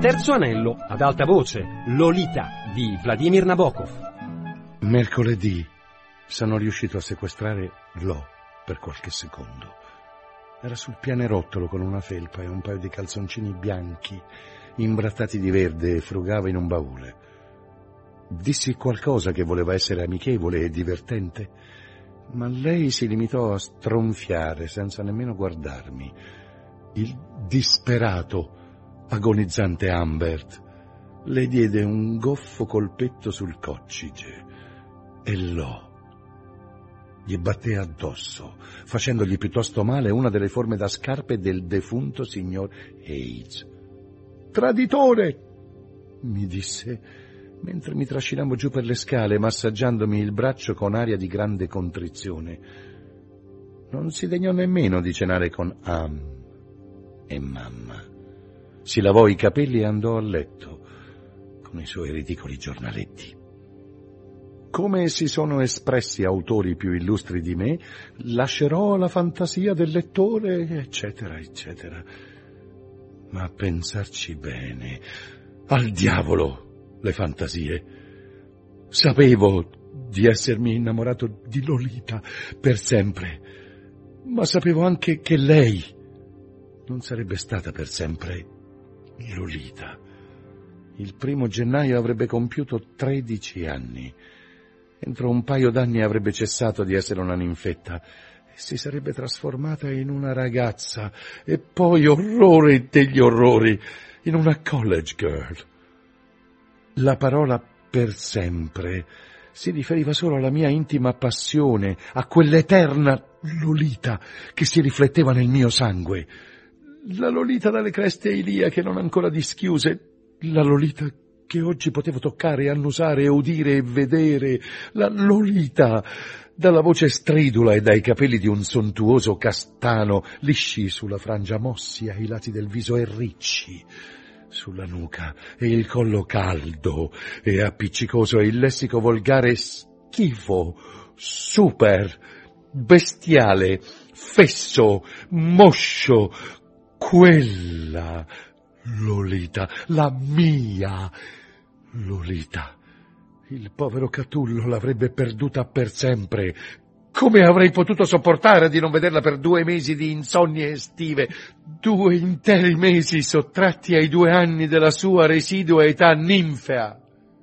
Terzo anello, ad alta voce, Lolita, di Vladimir Nabokov. Mercoledì sono riuscito a sequestrare Lo per qualche secondo. Era sul pianerottolo con una felpa e un paio di calzoncini bianchi, imbrattati di verde, e frugava in un baule. Dissi qualcosa che voleva essere amichevole e divertente, ma lei si limitò a stronfiare senza nemmeno guardarmi. Il disperato, agonizzante Humbert le diede un goffo colpetto sul coccige e Lo gli batté addosso, facendogli piuttosto male una delle forme da scarpe del defunto signor Hayes. «Traditore!» mi disse, mentre mi trascinavo giù per le scale, massaggiandomi il braccio con aria di grande contrizione. Non si degnò nemmeno di cenare con Am e mamma. Si lavò i capelli e andò a letto con i suoi ridicoli giornaletti. Come si sono espressi autori più illustri di me, lascerò alla fantasia del lettore, eccetera, eccetera. Ma a pensarci bene, al diavolo le fantasie. Sapevo di essermi innamorato di Lolita per sempre, ma sapevo anche che lei non sarebbe stata per sempre Lolita. Il 1° gennaio avrebbe compiuto 13 anni. Entro un paio d'anni avrebbe cessato di essere una ninfetta e si sarebbe trasformata in una ragazza e poi, orrore degli orrori, in una college girl. La parola per sempre si riferiva solo alla mia intima passione, a quell'eterna Lolita che si rifletteva nel mio sangue. La Lolita dalle creste iliache non ancora dischiuse, la Lolita che oggi potevo toccare, annusare, udire e vedere, la Lolita dalla voce stridula e dai capelli di un sontuoso castano lisci sulla frangia, mossi ai lati del viso e ricci sulla nuca, e il collo caldo e appiccicoso, e il lessico volgare schifo, super, bestiale, fesso, moscio, quella Lolita, la mia Lolita. Il povero Catullo l'avrebbe perduta per sempre. Come avrei potuto sopportare di non vederla per 2 mesi di insonnie estive, 2 interi mesi sottratti ai 2 anni della sua residua età ninfea?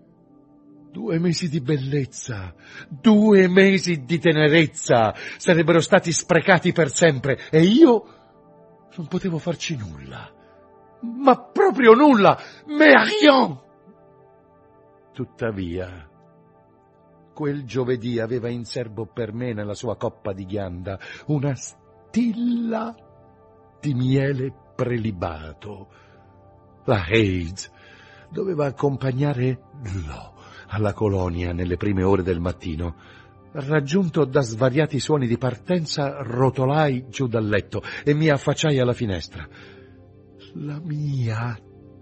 2 mesi di bellezza, 2 mesi di tenerezza sarebbero stati sprecati per sempre e io non potevo farci nulla. Ma proprio nulla, mais rien! Tuttavia, quel giovedì aveva in serbo per me nella sua coppa di ghianda una stilla di miele prelibato. La Hayes doveva accompagnare Lo alla colonia nelle prime ore del mattino. Raggiunto da svariati suoni di partenza, rotolai giù dal letto e mi affacciai alla finestra. La mia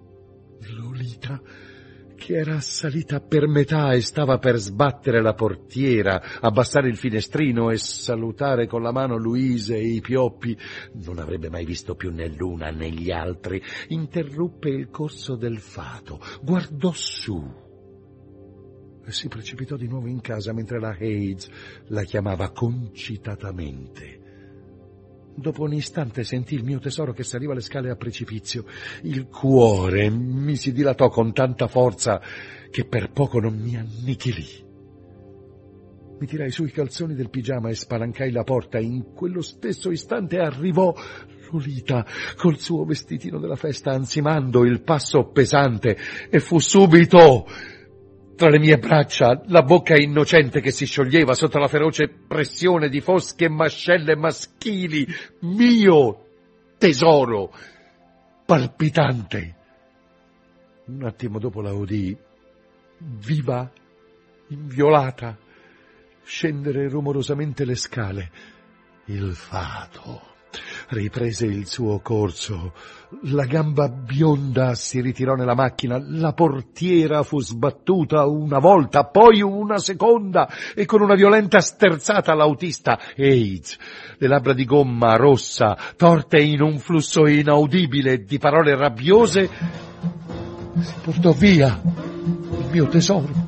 Lolita, che era assalita per metà e stava per sbattere la portiera, abbassare il finestrino e salutare con la mano Luise e i pioppi, non avrebbe mai visto più né l'una né gli altri, interruppe il corso del fato, guardò su e si precipitò di nuovo in casa mentre la Hayes la chiamava concitatamente. Dopo un istante sentì il mio tesoro che saliva le scale a precipizio. Il cuore mi si dilatò con tanta forza che per poco non mi annichilì. Mi tirai su i calzoni del pigiama e spalancai la porta. In quello stesso istante arrivò Lolita col suo vestitino della festa, ansimando il passo pesante, e fu subito tra le mie braccia, la bocca innocente che si scioglieva sotto la feroce pressione di fosche mascelle maschili, mio tesoro palpitante. Un attimo dopo la udii, viva, inviolata, scendere rumorosamente le scale. Il fato riprese il suo corso, la gamba bionda si ritirò nella macchina, la portiera fu sbattuta una volta, poi una seconda, e con una violenta sterzata l'autista Hayes, le labbra di gomma rossa, torte in un flusso inaudibile di parole rabbiose, Si portò via il mio tesoro.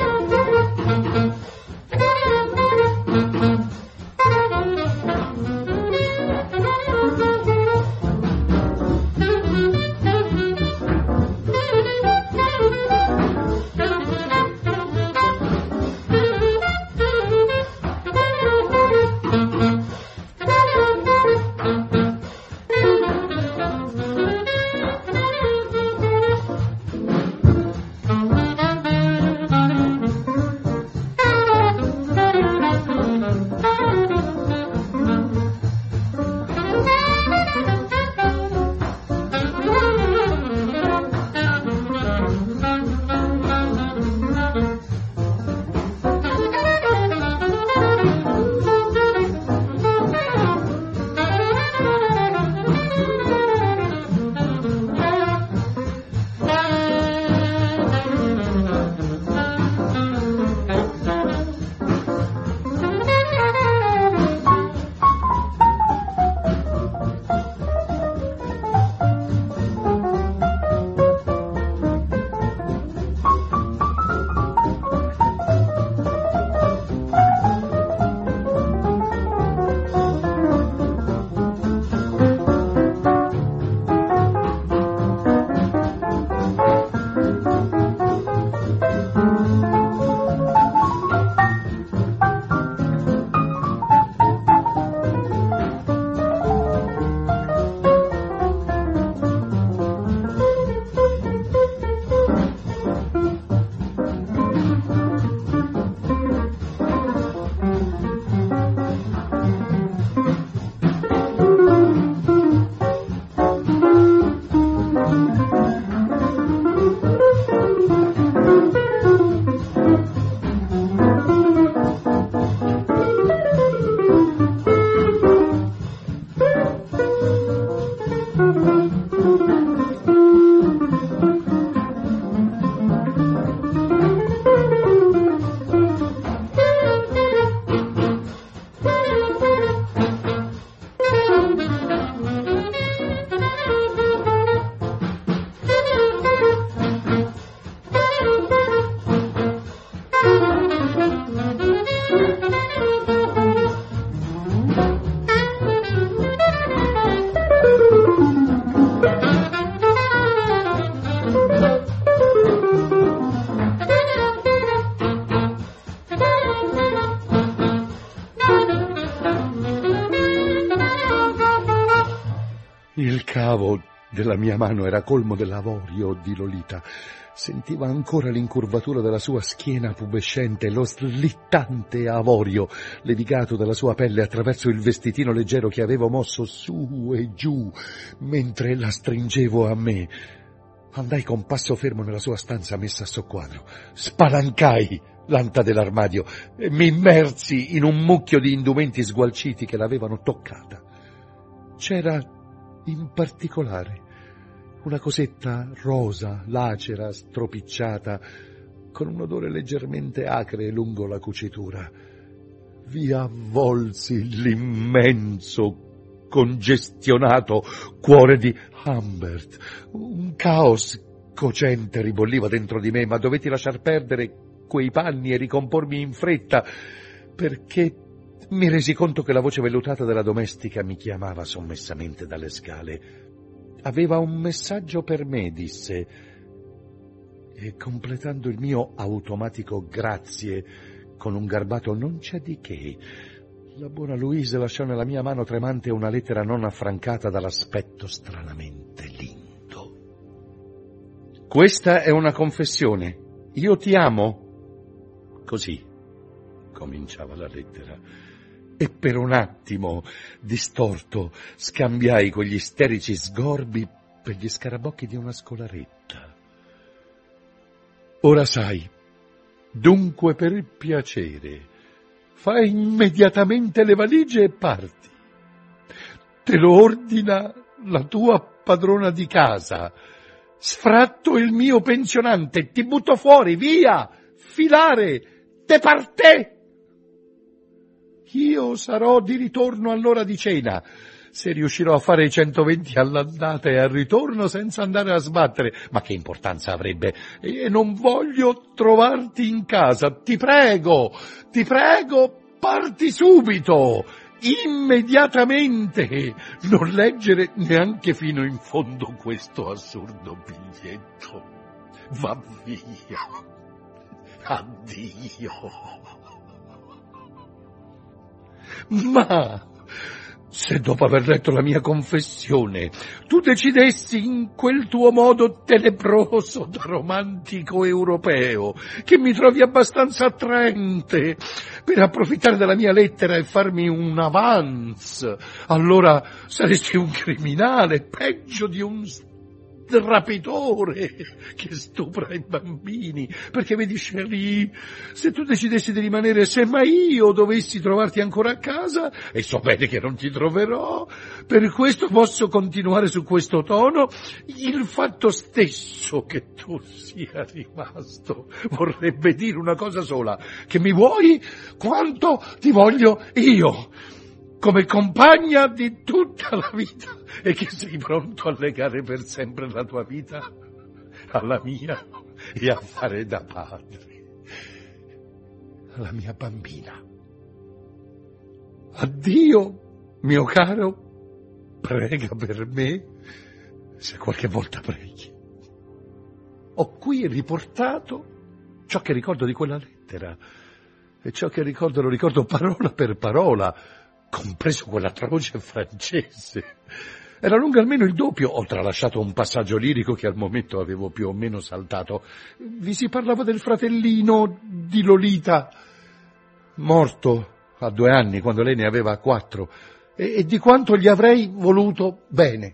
Il cavo della mia mano era colmo dell'avorio di Lolita. Sentiva ancora l'incurvatura della sua schiena pubescente, lo slittante avorio levigato dalla sua pelle attraverso il vestitino leggero che avevo mosso su e giù mentre la stringevo a me. Andai con passo fermo nella sua stanza messa a soqquadro, spalancai l'anta dell'armadio e mi immersi in un mucchio di indumenti sgualciti che l'avevano toccata. C'era in particolare una cosetta rosa, lacera, stropicciata, con un odore leggermente acre lungo la cucitura. Vi avvolsi l'immenso, congestionato cuore di Humbert. Un caos cocente ribolliva dentro di me, ma dovetti lasciar perdere quei panni e ricompormi in fretta, perché mi resi conto che la voce vellutata della domestica mi chiamava sommessamente dalle scale. Aveva un messaggio per me, disse, e completando il mio automatico grazie con un garbato non c'è di che, la buona Louise lasciò nella mia mano tremante una lettera non affrancata dall'aspetto stranamente lindo. Questa è una confessione. Io ti amo. Così cominciava la lettera. E per un attimo, distorto, scambiai quegli isterici sgorbi per gli scarabocchi di una scolaretta. Ora sai, dunque per il piacere, fai immediatamente le valigie e parti. Te lo ordina la tua padrona di casa. Sfratto il mio pensionante, ti butto fuori, via, filare, te partè. Io sarò di ritorno all'ora di cena. se riuscirò a fare i 120 all'andata e al ritorno senza andare a sbattere. Ma che importanza avrebbe? E non voglio trovarti in casa. Ti prego, parti subito, immediatamente. Non leggere neanche fino in fondo questo assurdo biglietto. Va via. Addio. Ma se dopo aver letto la mia confessione tu decidessi in quel tuo modo tenebroso da romantico europeo, che mi trovi abbastanza attraente per approfittare della mia lettera e farmi un avance, allora saresti un criminale, peggio di un rapitore che stupra i bambini. Perché vedi, Cherie, se tu decidessi di rimanere, se mai io dovessi trovarti ancora a casa, e so bene che non ti troverò, per questo posso continuare su questo tono, il fatto stesso che tu sia rimasto vorrebbe dire una cosa sola: che mi vuoi quanto ti voglio io, come compagna di tutta la vita, e che sei pronto a legare per sempre la tua vita alla mia e a fare da padre alla mia bambina. Addio, mio caro, prega per me, se qualche volta preghi. Ho qui riportato ciò che ricordo di quella lettera, e ciò che ricordo lo ricordo parola per parola, compreso quell'atroce francese. Era lunga almeno il doppio. Ho tralasciato un passaggio lirico che al momento avevo più o meno saltato. Vi si parlava del fratellino di Lolita, morto a 2 anni quando lei ne aveva 4, e di quanto gli avrei voluto bene.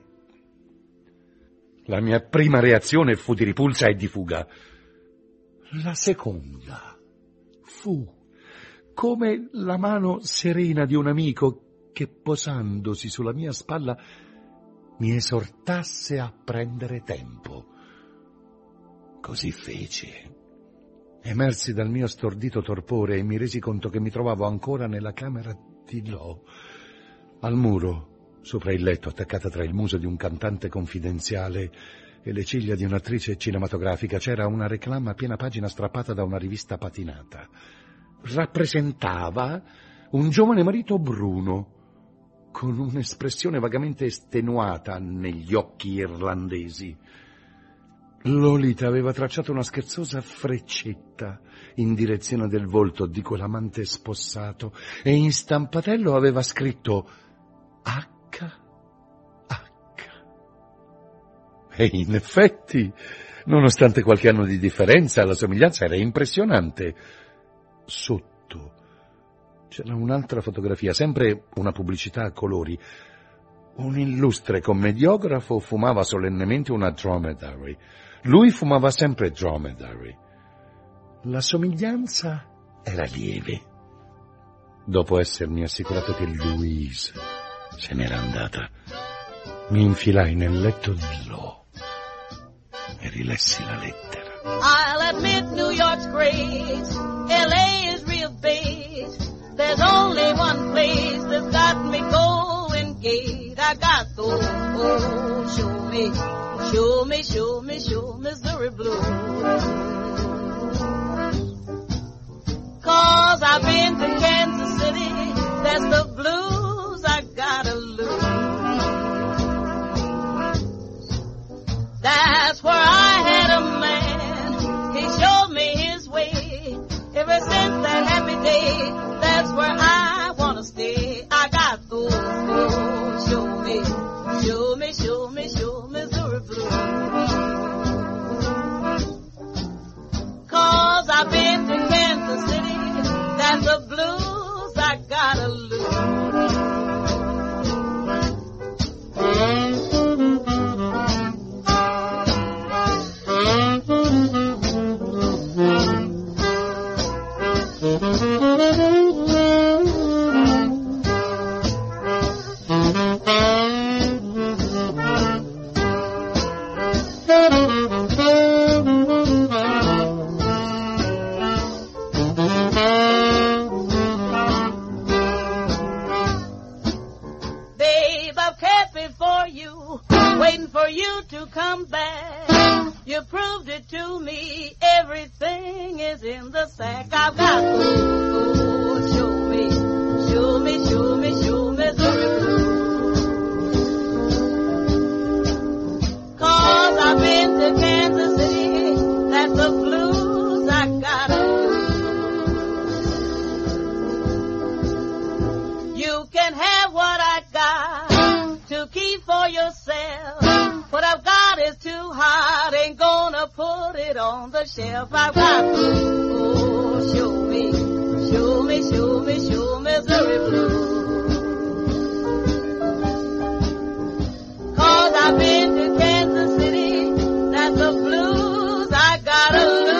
La mia prima reazione fu di ripulsa e di fuga. La seconda fu come la mano serena di un amico che, posandosi sulla mia spalla, mi esortasse a prendere tempo. Così feci. Emersi dal mio stordito torpore e mi resi conto che mi trovavo ancora nella camera di Lo. Al muro, sopra il letto, attaccata tra il muso di un cantante confidenziale e le ciglia di un'attrice cinematografica, c'era una reclama a piena pagina strappata da una rivista patinata. Rappresentava un giovane marito bruno, con un'espressione vagamente estenuata negli occhi irlandesi. Lolita aveva tracciato una scherzosa freccetta in direzione del volto di quell'amante spossato e in stampatello aveva scritto H. E in effetti, nonostante qualche anno di differenza, la somiglianza era impressionante. Sotto c'era un'altra fotografia, sempre una pubblicità a colori. Un illustre commediografo fumava solennemente una dromedary. Lui fumava sempre dromedary. La somiglianza era lieve. Dopo essermi assicurato che Louise se n'era andata, mi infilai nel letto di Lo e rilessi la lettera. I'll admit New York's great, L.A. is real bait. There's only one place that's got me going gay. I got those, show me Missouri blues. 'Cause I've been to Kansas City, that's the blues I gotta lose. That's where I had a man, he showed me his way. Ever since that happy day, that's where I wanna stay. I got those, show me Missouri blues. 'Cause I've been to Kansas City, that's the blues I gotta lose. you to come back. You proved it to me. Everything is in the sack. I've got to show me, show me, show me, show me the blues. 'Cause I've been to Kansas City. That's the blues I got. You can have what I got to keep for yourself. What I've got is too hot, ain't gonna put it on the shelf. I've got to show me, show me, show me, show me the blues. 'Cause I've been to Kansas City, that's the blues I gotta lose.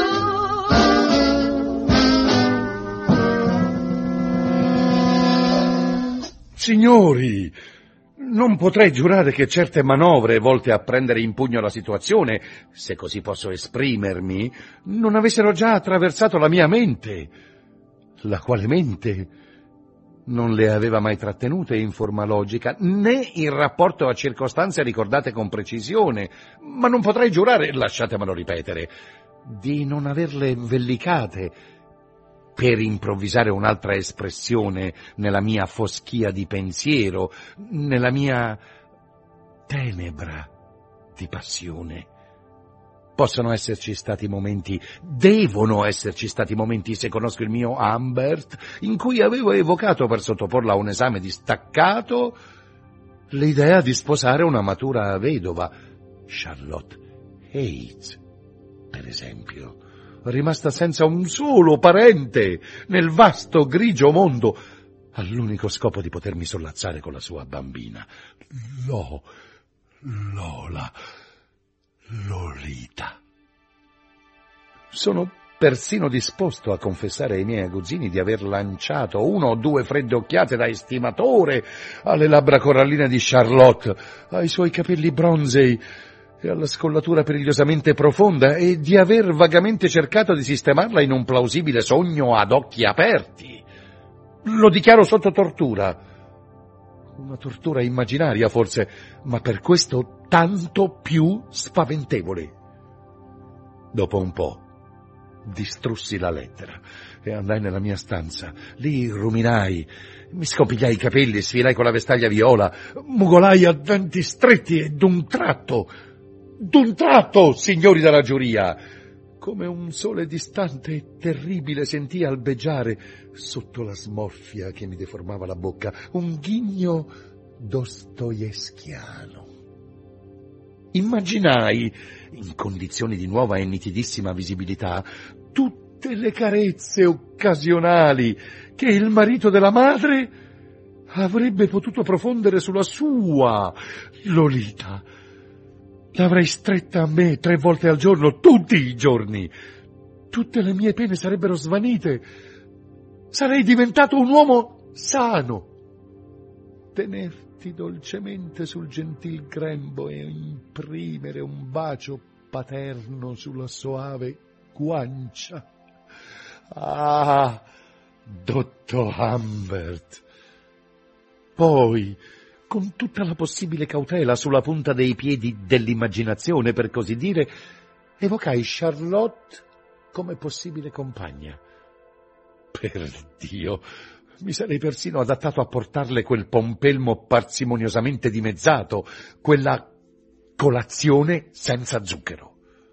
Signori, non potrei giurare che certe manovre volte a prendere in pugno la situazione, se così posso esprimermi, non avessero già attraversato la mia mente, la quale mente non le aveva mai trattenute in forma logica, né in rapporto a circostanze ricordate con precisione, ma non potrei giurare, lasciatemelo ripetere, di non averle vellicate, per improvvisare un'altra espressione nella mia foschia di pensiero, nella mia tenebra di passione. Possono esserci stati momenti, devono esserci stati momenti, se conosco il mio Humbert, in cui avevo evocato per sottoporla a un esame distaccato l'idea di sposare una matura vedova, Charlotte Hayes, per esempio, rimasta senza un solo parente nel vasto grigio mondo, all'unico scopo di potermi sollazzare con la sua bambina. Lolita. Sono persino disposto a confessare ai miei aguzzini di aver lanciato 1 o 2 fredde occhiate da estimatore alle labbra coralline di Charlotte, ai suoi capelli bronzei e alla scollatura perigliosamente profonda, e di aver vagamente cercato di sistemarla in un plausibile sogno ad occhi aperti. Lo dichiaro sotto tortura. Una tortura immaginaria forse, ma per questo tanto più spaventevole. Dopo un po' distrussi la lettera e andai nella mia stanza. Lì ruminai, mi scompigliai i capelli, sfilai con la vestaglia viola, mugolai a denti stretti e d'un tratto, signori della giuria, come un sole distante e terribile, sentii albeggiare sotto la smorfia che mi deformava la bocca un ghigno dostoevskiano. Immaginai, in condizioni di nuova e nitidissima visibilità, tutte le carezze occasionali che il marito della madre avrebbe potuto profondere sulla sua Lolita. L'avrei stretta a me 3 volte al giorno, tutti i giorni. Tutte le mie pene sarebbero svanite. Sarei diventato un uomo sano. Tenerti dolcemente sul gentil grembo e imprimere un bacio paterno sulla soave guancia. Ah, dottor Humbert. Poi, con tutta la possibile cautela sulla punta dei piedi dell'immaginazione, per così dire, evocai Charlotte come possibile compagna. Per Dio, mi sarei persino adattato a portarle quel pompelmo parsimoniosamente dimezzato, quella colazione senza zucchero.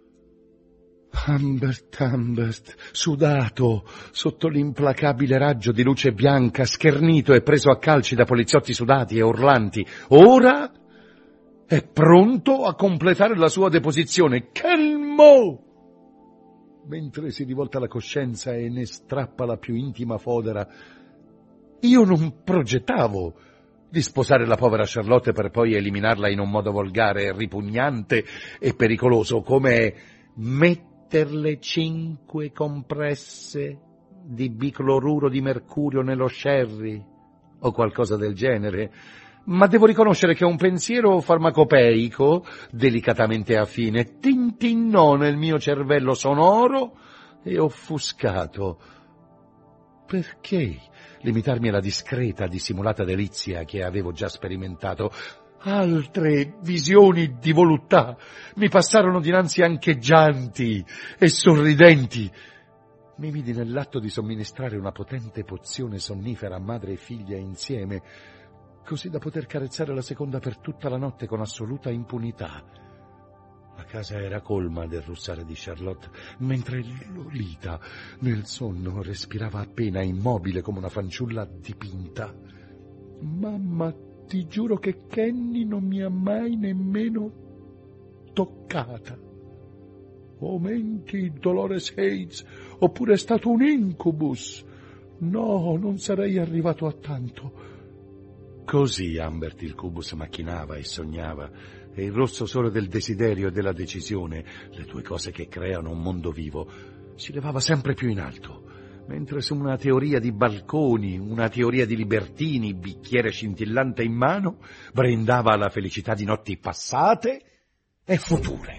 Humbert, sudato, sotto l'implacabile raggio di luce bianca, schernito e preso a calci da poliziotti sudati e urlanti, ora è pronto a completare la sua deposizione. Calmo! Mentre si rivolta la coscienza e ne strappa la più intima fodera, io non progettavo di sposare la povera Charlotte per poi eliminarla in un modo volgare, ripugnante e pericoloso, come metterle 5 compresse di bicloruro di mercurio nello sherry o qualcosa del genere, ma devo riconoscere che un pensiero farmacopeico, delicatamente affine, tintinnò nel mio cervello sonoro e offuscato. Perché limitarmi alla discreta, dissimulata delizia che avevo già sperimentato? Altre visioni di voluttà mi passarono dinanzi ancheggianti e sorridenti. Mi vidi nell'atto di somministrare una potente pozione sonnifera a madre e figlia insieme, così da poter carezzare la seconda per tutta la notte con assoluta impunità. La casa era colma del russare di Charlotte, mentre Lolita, nel sonno, respirava appena, immobile come una fanciulla dipinta. Mamma, ti giuro che Kenny non mi ha mai nemmeno toccata. Oh, menti, Dolores Hayes, oppure è stato un incubus. No, non sarei arrivato a tanto. Così Humbert il Cubus macchinava e sognava, e il rosso sole del desiderio e della decisione, le due cose che creano un mondo vivo, si levava sempre più in alto, mentre su una teoria di balconi, una teoria di libertini, bicchiere scintillante in mano, brindava alla felicità di notti passate e future.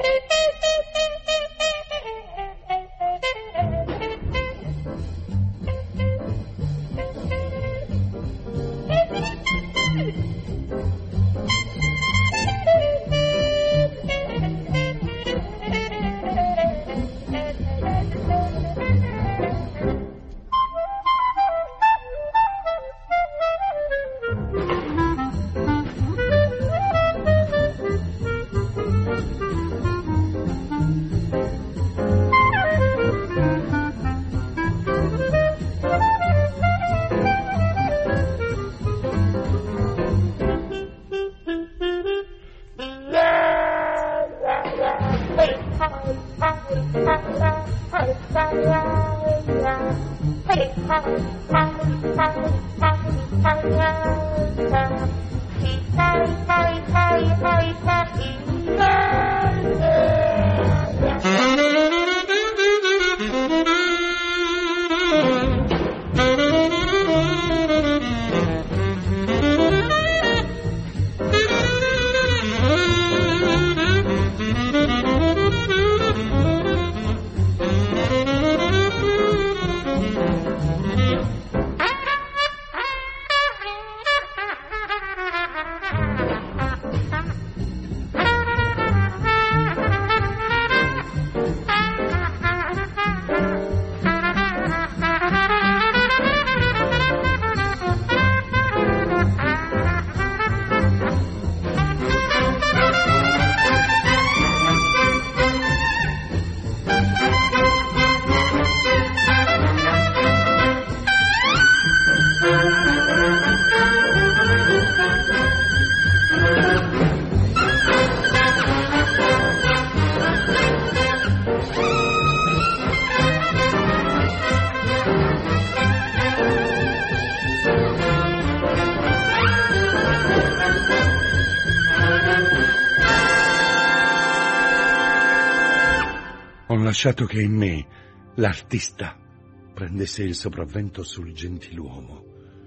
Ho lasciato che in me l'artista prendesse il sopravvento sul gentiluomo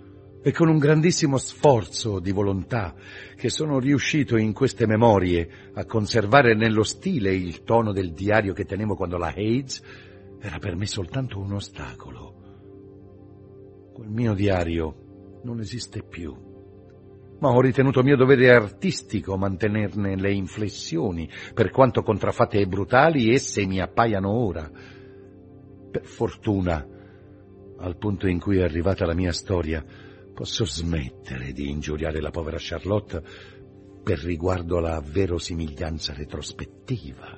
e con un grandissimo sforzo di volontà che sono riuscito in queste memorie a conservare nello stile il tono del diario che tenevo quando la Hayes era per me soltanto un ostacolo. Quel mio diario non esiste più, ma ho ritenuto mio dovere artistico mantenerne le inflessioni, per quanto contraffatte e brutali esse mi appaiano ora. Per fortuna, al punto in cui è arrivata la mia storia, posso smettere di ingiuriare la povera Charlotte per riguardo alla verosimiglianza retrospettiva.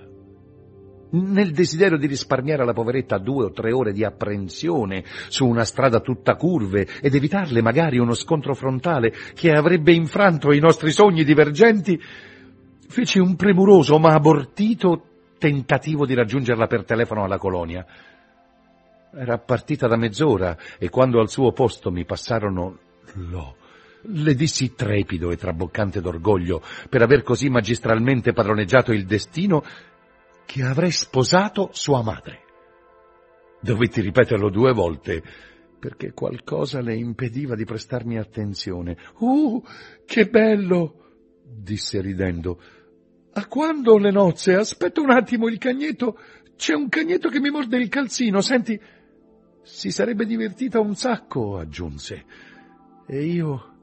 Nel desiderio di risparmiare alla poveretta 2 o 3 ore di apprensione su una strada tutta curve ed evitarle magari uno scontro frontale che avrebbe infranto i nostri sogni divergenti, feci un premuroso ma abortito tentativo di raggiungerla per telefono alla colonia. Era partita da mezz'ora e quando al suo posto mi passarono le dissi trepido e traboccante d'orgoglio per aver così magistralmente padroneggiato il destino che avrei sposato sua madre. Dovetti ripeterlo 2 volte perché qualcosa le impediva di prestarmi attenzione. Che bello!» disse ridendo. «A quando le nozze? Aspetta un attimo, il cagnetto. C'è un cagnetto che mi morde il calzino, senti. Si sarebbe divertita un sacco», aggiunse. E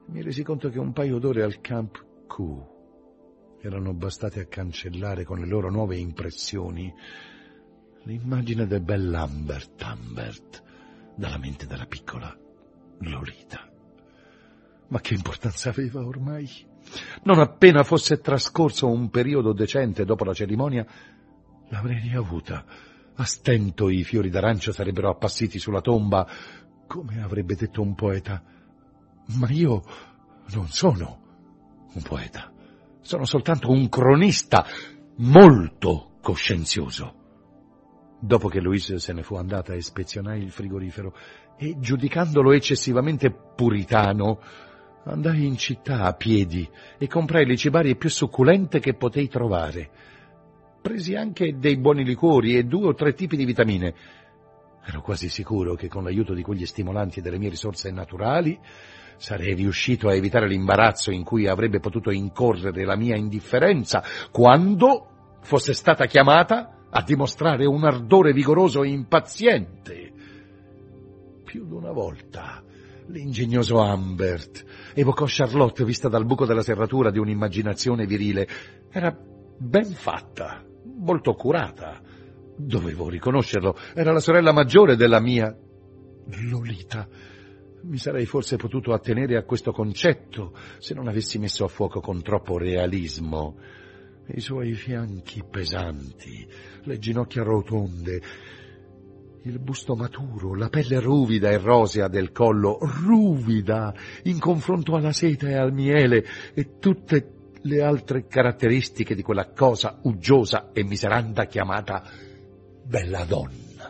Mi resi conto che un paio d'ore al Camp Q erano bastate a cancellare con le loro nuove impressioni l'immagine del bel Lambert dalla mente della piccola Lolita. Ma che importanza aveva ormai? Non appena fosse trascorso un periodo decente dopo la cerimonia, l'avrei riavuta. A stento i fiori d'arancio sarebbero appassiti sulla tomba, come avrebbe detto un poeta. Ma io non sono un poeta. Sono soltanto un cronista molto coscienzioso. Dopo che Louise se ne fu andata, ispezionai il frigorifero e, giudicandolo eccessivamente puritano, andai in città a piedi e comprai le cibarie più succulente che potei trovare. Presi anche dei buoni liquori e 2 o 3 tipi di vitamine. Ero quasi sicuro che con l'aiuto di quegli stimolanti e delle mie risorse naturali sarei riuscito a evitare l'imbarazzo in cui avrebbe potuto incorrere la mia indifferenza quando fosse stata chiamata a dimostrare un ardore vigoroso e impaziente. Più d'una volta l'ingegnoso Humbert evocò Charlotte vista dal buco della serratura di un'immaginazione virile. Era ben fatta, molto curata. Dovevo riconoscerlo, era la sorella maggiore della mia Lolita. Mi sarei forse potuto attenere a questo concetto se non avessi messo a fuoco con troppo realismo i suoi fianchi pesanti, le ginocchia rotonde, il busto maturo, la pelle ruvida e rosea del collo, ruvida in confronto alla seta e al miele, e tutte le altre caratteristiche di quella cosa uggiosa e miseranda chiamata bella donna.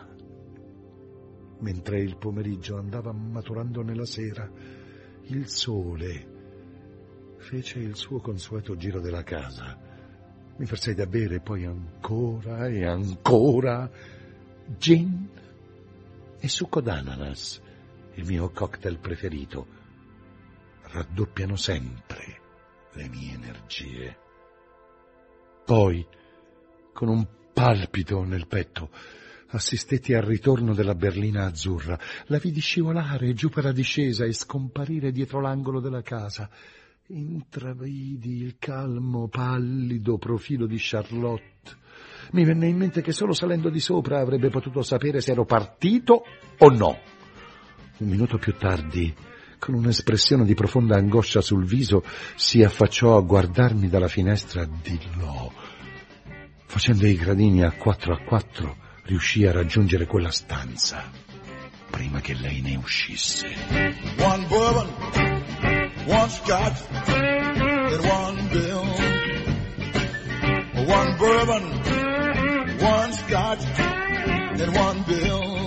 Mentre il pomeriggio andava maturando nella sera, il sole fece il suo consueto giro della casa. Mi versai da bere, poi ancora e ancora gin e succo d'ananas, il mio cocktail preferito. Raddoppiano sempre le mie energie. Poi, con un palpito nel petto, assistetti al ritorno della berlina azzurra. La vidi scivolare giù per la discesa e scomparire dietro l'angolo della casa. Intravidi il calmo, pallido profilo di Charlotte. Mi venne in mente che solo salendo di sopra avrebbe potuto sapere se ero partito o no. Un minuto più tardi, con un'espressione di profonda angoscia sul viso, si affacciò a guardarmi dalla finestra di là. Facendo i gradini a 4 riuscì a raggiungere quella stanza prima che lei ne uscisse. One bourbon, one scotch, and one bill. One bourbon, one scotch, and one bill.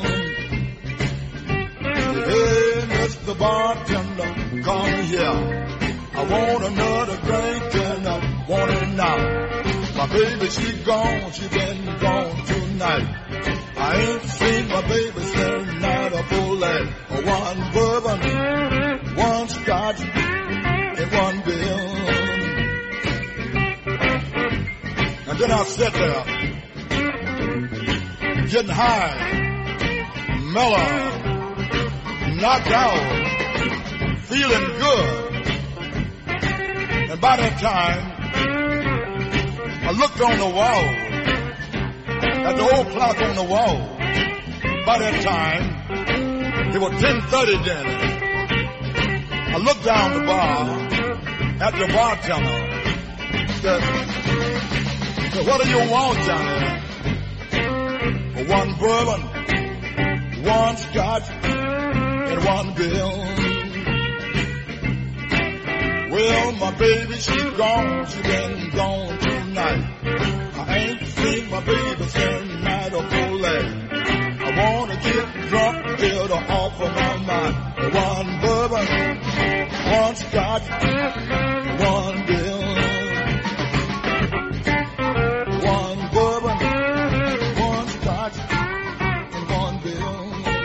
Hey, Mr. Bartender, come here. I want another drink and I want it now. My baby, she gone, she been gone tonight. I ain't seen my baby since night of full life. One bourbon, one scotch, and one bill. And then I sat there, getting high, mellow, knocked out, feeling good. And by that time, I looked on the wall, at the old clock on the wall. By that time, it was 10:30 then. I looked down the bar at the bartender. Said, what do you want, Johnny? One bourbon, one scotch, and one bill. Well, my baby, she gone, she been gone tonight. I ain't seen my baby since night of full life. I wanna get drunk, get her off of my mind. One bourbon, one scotch, one bill. One bourbon, one scotch, and one bill.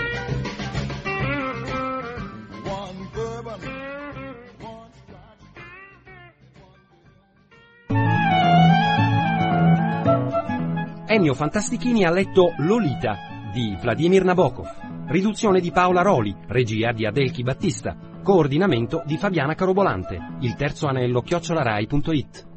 One bourbon, one scotch, one bill. Ennio Fantastichini ha letto Lolita di Vladimir Nabokov, riduzione di Paola Roli, regia di Adelchi Battista, Coordinamento di Fabiana Carobolante. Il terzo anello @rai.it.